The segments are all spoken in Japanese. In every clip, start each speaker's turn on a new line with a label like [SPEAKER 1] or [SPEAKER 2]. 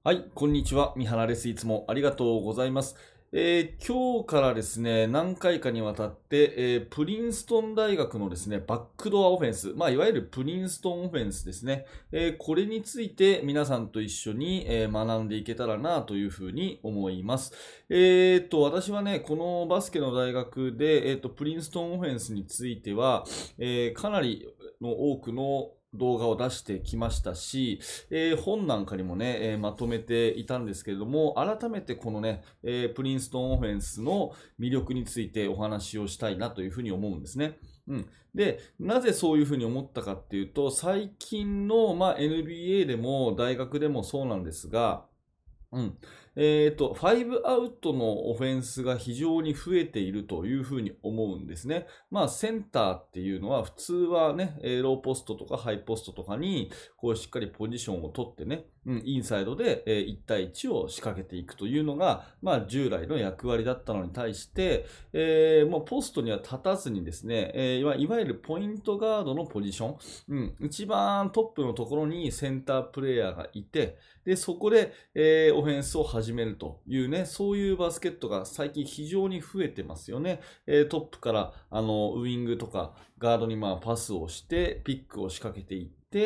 [SPEAKER 1] はい、こんにちは。三原です。いつもありがとうございます。今日からですね、何回かにわたって、プリンストン大学のですね、バックドアオフェンス、いわゆるプリンストンオフェンスですね、これについて皆さんと一緒に、学んでいけたらなというふうに思います。私はね、このバスケの大学で、プリンストンオフェンスについては、かなりの多くの動画を出してきましたし、本なんかにもね、まとめていたんですけれども、改めてこのね、プリンストンオフェンスの魅力についてお話をしたいなというふうに思うんですね。で、なぜそういうふうに思ったかっていうと、最近の、NBA でも大学でもそうなんですが、うん。ファイブアウトのオフェンスが非常に増えているというふうに思うんですね。センターっていうのは普通はね、ローポストとかハイポストとかに、こうしっかりポジションを取ってね、インサイドで、1対1を仕掛けていくというのが、従来の役割だったのに対して、もうポストには立たずにですね、いわゆるポイントガードのポジション、一番トップのところにセンタープレイヤーがいて、で、そこで、オフェンスを始めるというね、そういうバスケットが最近非常に増えてますよね。トップから、ウイングとかガードにパスをして、ピックを仕掛けていって、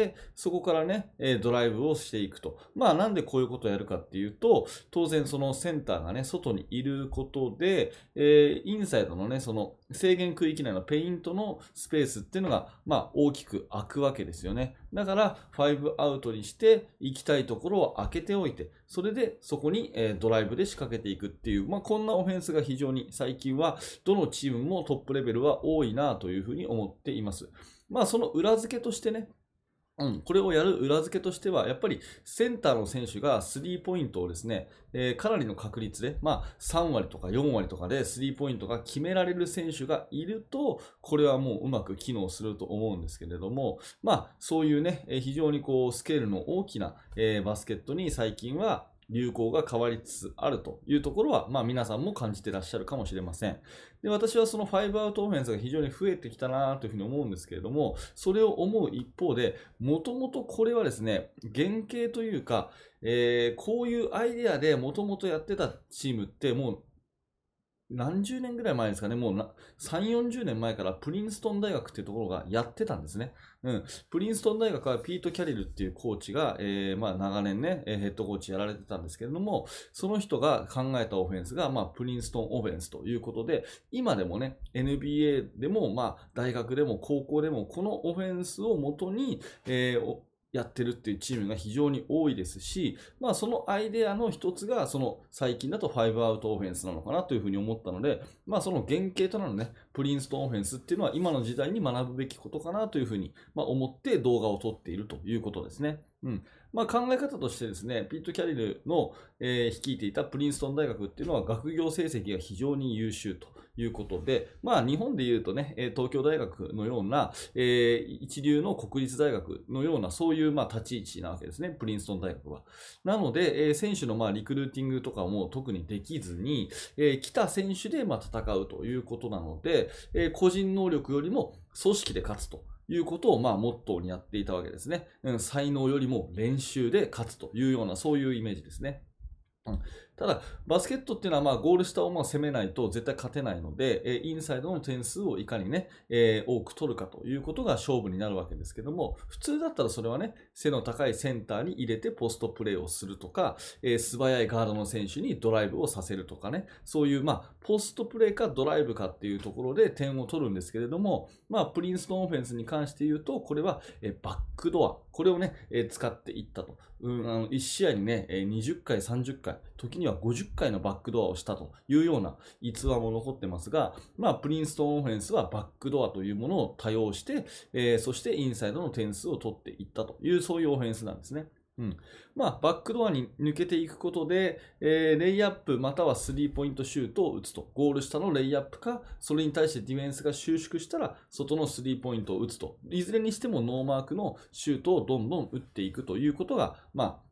[SPEAKER 1] そこからね、ドライブをしていくと。なんでこういうことをやるかっていうと、当然そのセンターがね、外にいることで、インサイドのね、その制限区域内のペイントのスペースっていうのが、大きく空くわけですよね。だから、5アウトにして、行きたいところを開けておいて、それでそこにドライブで仕掛けていくっていう、こんなオフェンスが非常に最近は、どのチームもトップレベルは多いなというふうに思っています。その裏付けとしてね、これをやる裏付けとしては、やっぱりセンターの選手がスリーポイントをですね、かなりの確率で、3割とか4割とかでスリーポイントが決められる選手がいると、これはもううまく機能すると思うんですけれども、そういうね、非常にこうスケールの大きな、バスケットに最近は流行が変わりつつあるというところは、皆さんも感じてらっしゃるかもしれません。で、私はその5アウトオフェンスが非常に増えてきたなというふうに思うんですけれども、それを思う一方で、もともとこれはですね、原型というか、こういうアイデアでもともとやってたチームってもう何十年ぐらい前ですかね、もう3、40年前からプリンストン大学っていうところがやってたんですね。プリンストン大学はピート・キャリルっていうコーチが、長年ね、ヘッドコーチやられてたんですけれども、その人が考えたオフェンスが、プリンストンオフェンスということで、今でもね、NBA でも、大学でも高校でも、このオフェンスをもとに、やってるっていうチームが非常に多いですし、そのアイデアの一つが、その最近だと5アウトオフェンスなのかなというふうに思ったので、その原型となるね、プリンストンオフェンスっていうのは今の時代に学ぶべきことかなというふうに、思って動画を撮っているということですね。考え方としてですね、ピート・キャリルの、率いていたプリンストン大学っていうのは学業成績が非常に優秀ということで、日本でいうとね、東京大学のような、一流の国立大学のような、そういう立ち位置なわけですね、プリンストン大学は。なので、選手のリクルーティングとかも特にできずに、来た選手で戦うということなので、個人能力よりも組織で勝つと。いうことをモットーにやっていたわけですね。才能よりも練習で勝つというようなそういうイメージですね。ただ、バスケットっていうのはゴール下を攻めないと絶対勝てないので、インサイドの点数をいかにね、多く取るかということが勝負になるわけですけども、普通だったらそれはね、背の高いセンターに入れてポストプレーをするとか、素早いガードの選手にドライブをさせるとかね、そういうポストプレーかドライブかっていうところで点を取るんですけれども、プリンストンオフェンスに関して言うと、これはバックドア、これをね、使っていったと。1試合にね、20回、30回、時には50回のバックドアをしたというような逸話も残ってますが、プリンストンオフェンスはバックドアというものを多用して、そしてインサイドの点数を取っていったという、そういうオフェンスなんですね。バックドアに抜けていくことで、レイアップまたはスリーポイントシュートを打つと。ゴール下のレイアップか、それに対してディフェンスが収縮したら、外のスリーポイントを打つと。いずれにしてもノーマークのシュートをどんどん打っていくということが、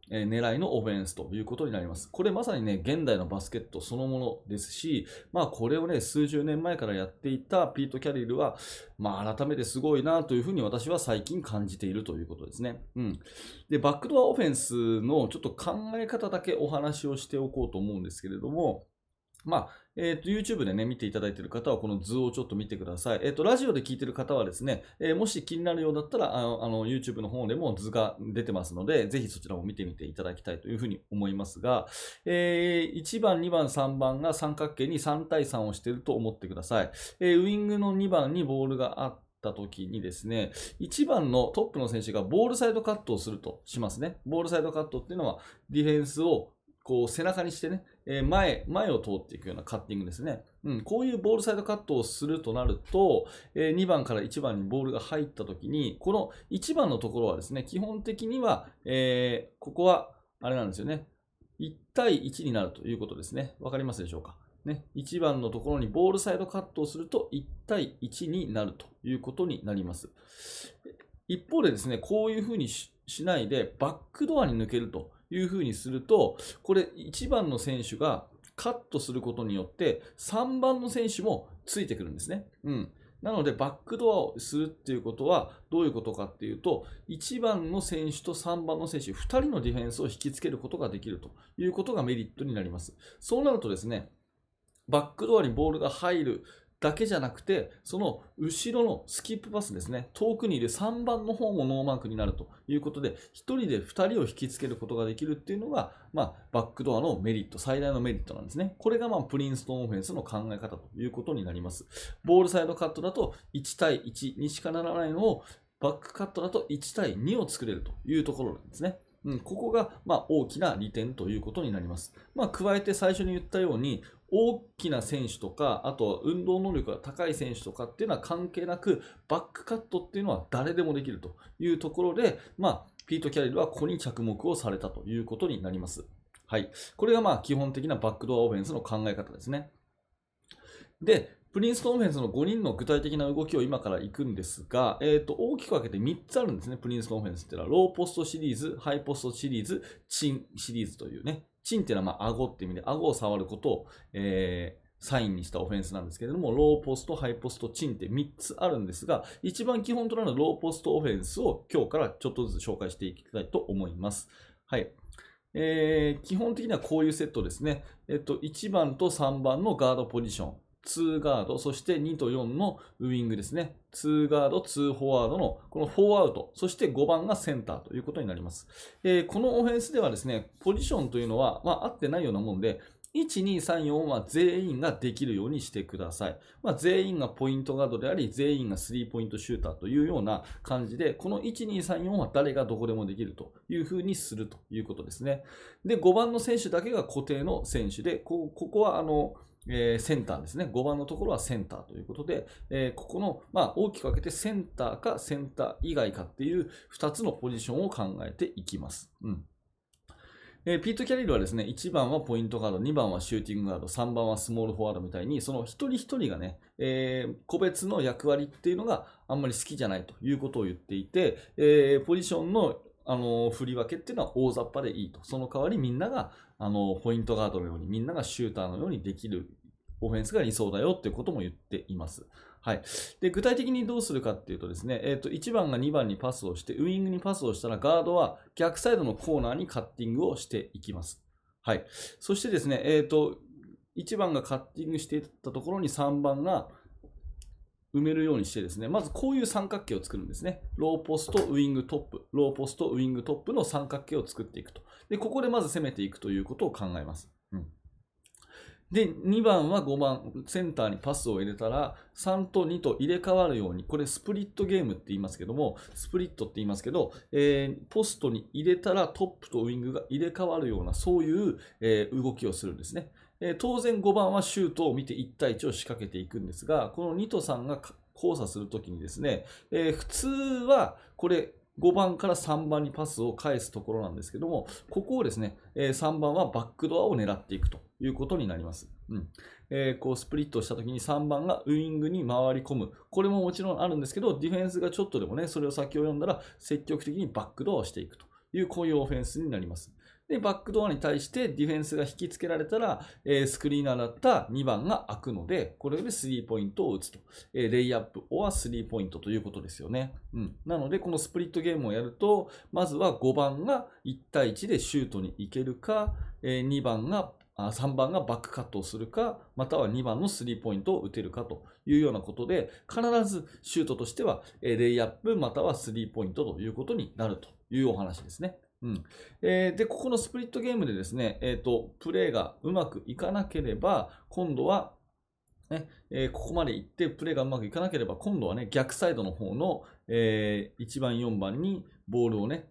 [SPEAKER 1] 狙いのオフェンスということになります。これまさにね、現代のバスケットそのものですし、これをね、数十年前からやっていたピート・キャリルは、改めてすごいなというふうに私は最近感じているということですね。で、バックドアオフェンスのちょっと考え方だけお話をしておこうと思うんですけれども、YouTube でね、見ていただいている方は、この図をちょっと見てください。ラジオで聞いている方はですね、もし気になるようだったら、YouTube の方でも図が出てますので、ぜひそちらも見てみていただきたいというふうに思いますが、1番、2番、3番が三角形に3対3をしていると思ってください。ウイングの2番にボールがあった時にですね、1番のトップの選手がボールサイドカットをするとしますね。ボールサイドカットっていうのは、ディフェンスをこう背中にしてね、前を通っていくようなカッティングですね。こういうボールサイドカットをするとなると、2番から1番にボールが入ったときに、この1番のところはですね、基本的には、ここは、あれなんですよね。1対1になるということですね。わかりますでしょうか。ね、1番のところにボールサイドカットをすると1対1になるということになります。一方でですね、こういうふうに しないで、バックドアに抜けるというふうにすると、これ1番の選手がカットすることによって3番の選手もついてくるんですね。なのでバックドアをするっていうことはどういうことかっていうと、1番の選手と3番の選手2人のディフェンスを引きつけることができるということがメリットになります。そうなるとですね、バックドアにボールが入るだけじゃなくて、その後ろのスキップパスですね、遠くにいる3番の方もノーマークになるということで、1人で2人を引きつけることができるっていうのが、バックドアのメリット、最大のメリットなんですね。これがプリンストンオフェンスの考え方ということになります。ボールサイドカットだと1対1にしかならないのを、バックカットだと1対2を作れるというところなんですね。ここが大きな利点ということになります。加えて最初に言ったように、大きな選手とか、あと運動能力が高い選手とかっていうのは関係なく、バックカットっていうのは誰でもできるというところで、ピート・キャリルはここに着目をされたということになります。はい。これが基本的なバックドアオフェンスの考え方ですね。で、プリンストンオフェンスの5人の具体的な動きを今から行くんですが、大きく分けて3つあるんですね、プリンストンオフェンスっていうのは。ローポストシリーズ、ハイポストシリーズ、チンシリーズというね。チンっていうのは顎っていう意味で、顎を触ることを、サインにしたオフェンスなんですけれども、ローポスト、ハイポスト、チンって3つあるんですが、一番基本となるローポストオフェンスを今日からちょっとずつ紹介していきたいと思います。はい。基本的にはこういうセットですね。1番と3番のガードポジション。2ガード、そして2と4のウイングですね。2ガード、2フォワードのこの4アウト、そして5番がセンターということになります。このオフェンスではですね、ポジションというのは、合ってないようなもんで、1、2、3、4は全員ができるようにしてください。全員がポイントガードであり、全員がスリーポイントシューターというような感じで、この1、2、3、4は誰がどこでもできるというふうにするということですね。で、5番の選手だけが固定の選手で、ここはセンターですね。5番のところはセンターということで、ここの、大きく分けてセンターかセンター以外かっていう2つのポジションを考えていきます。ピート・キャリルはですね、1番はポイントガード、2番はシューティングガード、3番はスモールフォワードみたいに、その一人一人がね、個別の役割っていうのがあんまり好きじゃないということを言っていて、ポジションの振り分けっていうのは大雑把でいいと。その代わりみんながポイントガードのように、みんながシューターのようにできるオフェンスが理想だよっていうことも言っています。はい。で、具体的にどうするかっていうとですね、1番が2番にパスをして、ウイングにパスをしたら、ガードは逆サイドのコーナーにカッティングをしていきます。はい。そしてですね、1番がカッティングしていったところに3番が埋めるようにしてですね、まずこういう三角形を作るんですね。ローポスト、ウイングトップ、ローポスト、ウイングトップの三角形を作っていくと。で、ここでまず攻めていくということを考えます。で、2番は5番、センターにパスを入れたら、3と2と入れ替わるように、これスプリットゲームって言いますけども、スプリットって言いますけど、ポストに入れたらトップとウイングが入れ替わるような、そういう、動きをするんですね。当然5番はシュートを見て1対1を仕掛けていくんですが、この2と3が交差するときにですね、普通はこれ5番から3番にパスを返すところなんですけども、ここをですね、3番はバックドアを狙っていくということになります。こうスプリットしたときに3番がウイングに回り込む。これももちろんあるんですけど、ディフェンスがちょっとでもね、それを先を読んだら積極的にバックドアをしていくという、こういうオフェンスになります。 で、バックドアに対してディフェンスが引きつけられたら、スクリーナーだった2番が開くので、これでスリーポイントを打つと。レイアップオアスリーポイントということですよね。なので、このスプリットゲームをやると、まずは5番が1対1でシュートに行けるか、3番がバックカットをするか、または2番のスリーポイントを打てるかというようなことで、必ずシュートとしては、レイアップまたはスリーポイントということになるというお話ですね。で、ここのスプリットゲームでですね、プレーがうまくいかなければ、今度は、ここまで行ってプレーがうまくいかなければ、今度はね、逆サイドの方の、1番、4番にボールをね、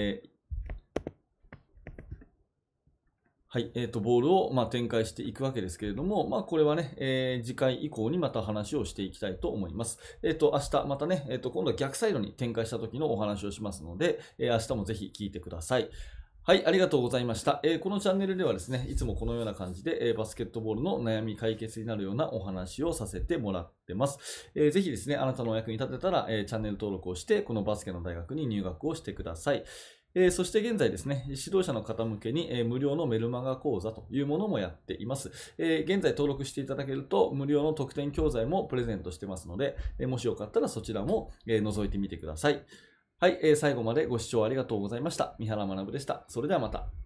[SPEAKER 1] ボールを展開していくわけですけれども、これはね、次回以降にまた話をしていきたいと思います。明日またね、今度は逆サイドに展開した時のお話をしますので、明日もぜひ聞いてください。はい、ありがとうございました。このチャンネルではですね、いつもこのような感じで、バスケットボールの悩み解決になるようなお話をさせてもらってます。ぜひですね、あなたのお役に立てたら、チャンネル登録をして、このバスケの大学に入学をしてください。そして現在ですね、指導者の方向けに、無料のメルマガ講座というものもやっています。現在登録していただけると無料の特典教材もプレゼントしてますので、もしよかったらそちらも、覗いてみてください。はい、最後までご視聴ありがとうございました。三原学でした。それではまた。